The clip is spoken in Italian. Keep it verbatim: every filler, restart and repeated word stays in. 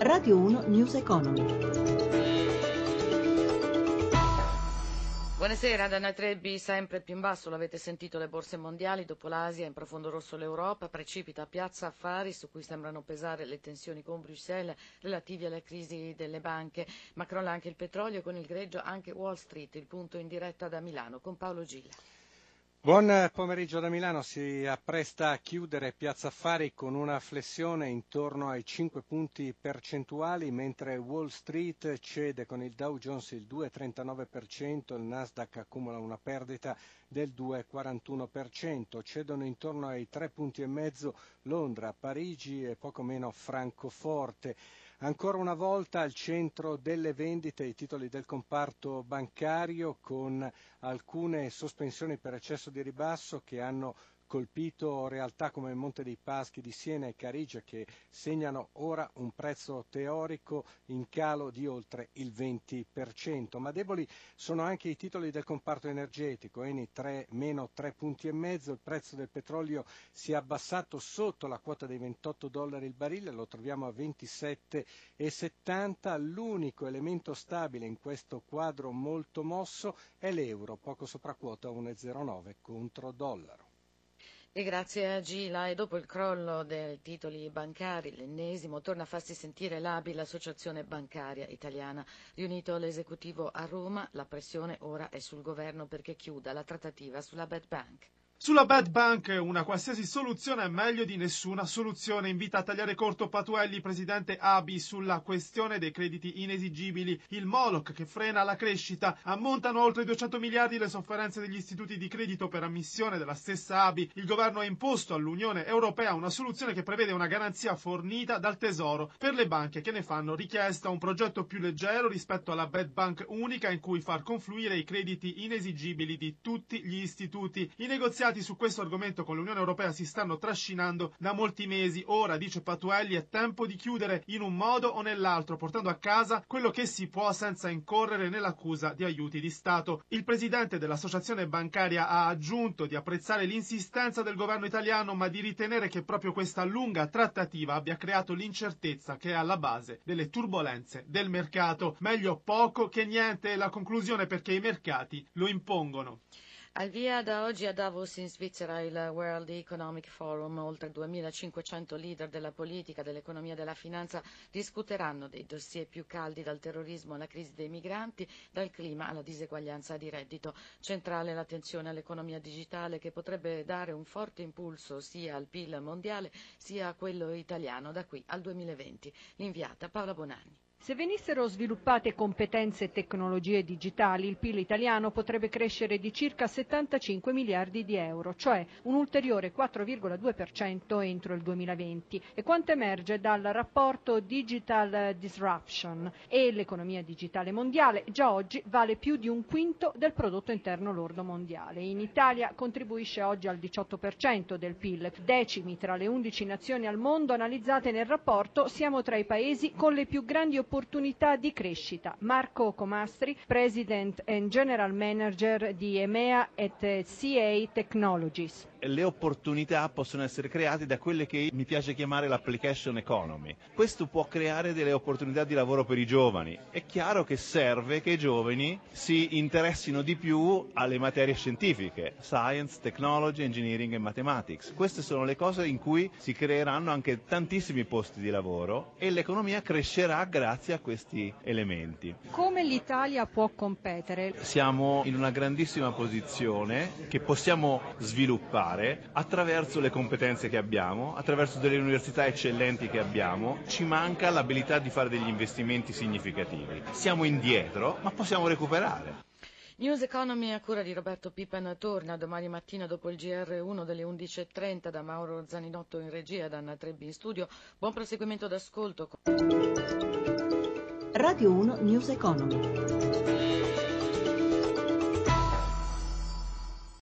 Radio uno News Economy. Buonasera, Anna Trebbi, sempre più in basso, l'avete sentito, le borse mondiali, dopo l'Asia, in profondo rosso l'Europa, precipita a Piazza Affari, su cui sembrano pesare le tensioni con Bruxelles relative alla crisi delle banche, ma crolla anche il petrolio, con il greggio anche Wall Street, il punto in diretta da Milano, con Paolo Gilla. Buon pomeriggio da Milano, si appresta a chiudere Piazza Affari con una flessione intorno ai cinque punti percentuali, mentre Wall Street cede con il Dow Jones il due virgola trentanove per cento, il Nasdaq accumula una perdita del due virgola quarantuno per cento, cedono intorno ai tre punti e mezzo Londra, Parigi e poco meno Francoforte. Ancora una volta al centro delle vendite i titoli del comparto bancario, con alcune sospensioni per eccesso di ribasso che hanno colpito realtà come Monte dei Paschi di Siena e Carige, che segnano ora un prezzo teorico in calo di oltre il venti per cento. Ma deboli sono anche i titoli del comparto energetico, Eni tre, meno tre punti e mezzo, il prezzo del petrolio si è abbassato sotto la quota dei ventotto dollari il barile, lo troviamo a ventisette virgola settanta. L'unico elemento stabile in questo quadro molto mosso è l'euro, poco sopra quota uno virgola zero nove contro dollaro. E grazie a Gila, e dopo il crollo dei titoli bancari, l'ennesimo, torna a farsi sentire l'A B I, l'Associazione Bancaria Italiana. Riunito l'esecutivo a Roma, la pressione ora è sul governo perché chiuda la trattativa sulla Bad Bank. Sulla bad bank una qualsiasi soluzione è meglio di nessuna soluzione. Invita a tagliare corto Patuelli, presidente A B I, sulla questione dei crediti inesigibili. Il Moloch che frena la crescita. Ammontano oltre duecento miliardi le sofferenze degli istituti di credito per ammissione della stessa A B I. Il governo ha imposto all'Unione Europea una soluzione che prevede una garanzia fornita dal Tesoro per le banche che ne fanno richiesta, un progetto più leggero rispetto alla bad bank unica in cui far confluire i crediti inesigibili di tutti gli istituti. I negoziati su questo argomento con l'Unione Europea si stanno trascinando da molti mesi. Ora, dice Patuelli, è tempo di chiudere in un modo o nell'altro, portando a casa quello che si può senza incorrere nell'accusa di aiuti di Stato. Il presidente dell'Associazione Bancaria ha aggiunto di apprezzare l'insistenza del governo italiano, ma di ritenere che proprio questa lunga trattativa abbia creato l'incertezza che è alla base delle turbolenze del mercato. Meglio poco che niente è la conclusione, perché i mercati lo impongono. Al via da oggi a Davos in Svizzera il World Economic Forum. Oltre duemilacinquecento leader della politica, dell'economia e della finanza discuteranno dei dossier più caldi, dal terrorismo alla crisi dei migranti, dal clima alla diseguaglianza di reddito. Centrale l'attenzione all'economia digitale, che potrebbe dare un forte impulso sia al P I L mondiale sia a quello italiano da qui al duemilaventi. L'inviata Paola Bonanni. Se venissero sviluppate competenze e tecnologie digitali, il P I L italiano potrebbe crescere di circa settantacinque miliardi di euro, cioè un ulteriore quattro virgola due per cento entro il duemilaventi. E quanto emerge dal rapporto Digital Disruption e l'economia digitale mondiale, già oggi vale più di un quinto del prodotto interno lordo mondiale. In Italia contribuisce oggi al diciotto per cento del P I L. Decimi tra le undici nazioni al mondo analizzate nel rapporto, siamo tra i paesi con le più grandi opportunità opportunità di crescita. Marco Comastri, President and General Manager di EMEA at C A Technologies. Le opportunità possono essere create da quelle che mi piace chiamare l'application economy. Questo può creare delle opportunità di lavoro per i giovani. È chiaro che serve che i giovani si interessino di più alle materie scientifiche, science, technology, engineering e mathematics. Queste sono le cose in cui si creeranno anche tantissimi posti di lavoro e l'economia crescerà grazie a questi elementi. Come l'Italia può competere? Siamo in una grandissima posizione che possiamo sviluppare attraverso le competenze che abbiamo, attraverso delle università eccellenti che abbiamo. Ci manca l'abilità di fare degli investimenti significativi. Siamo indietro, ma possiamo recuperare. News Economy a cura di Roberto Pippen torna domani mattina dopo il G R uno delle undici e trenta da Mauro Zaninotto in regia, da Anna Trebbi in studio. Buon proseguimento d'ascolto. Radio uno News Economy.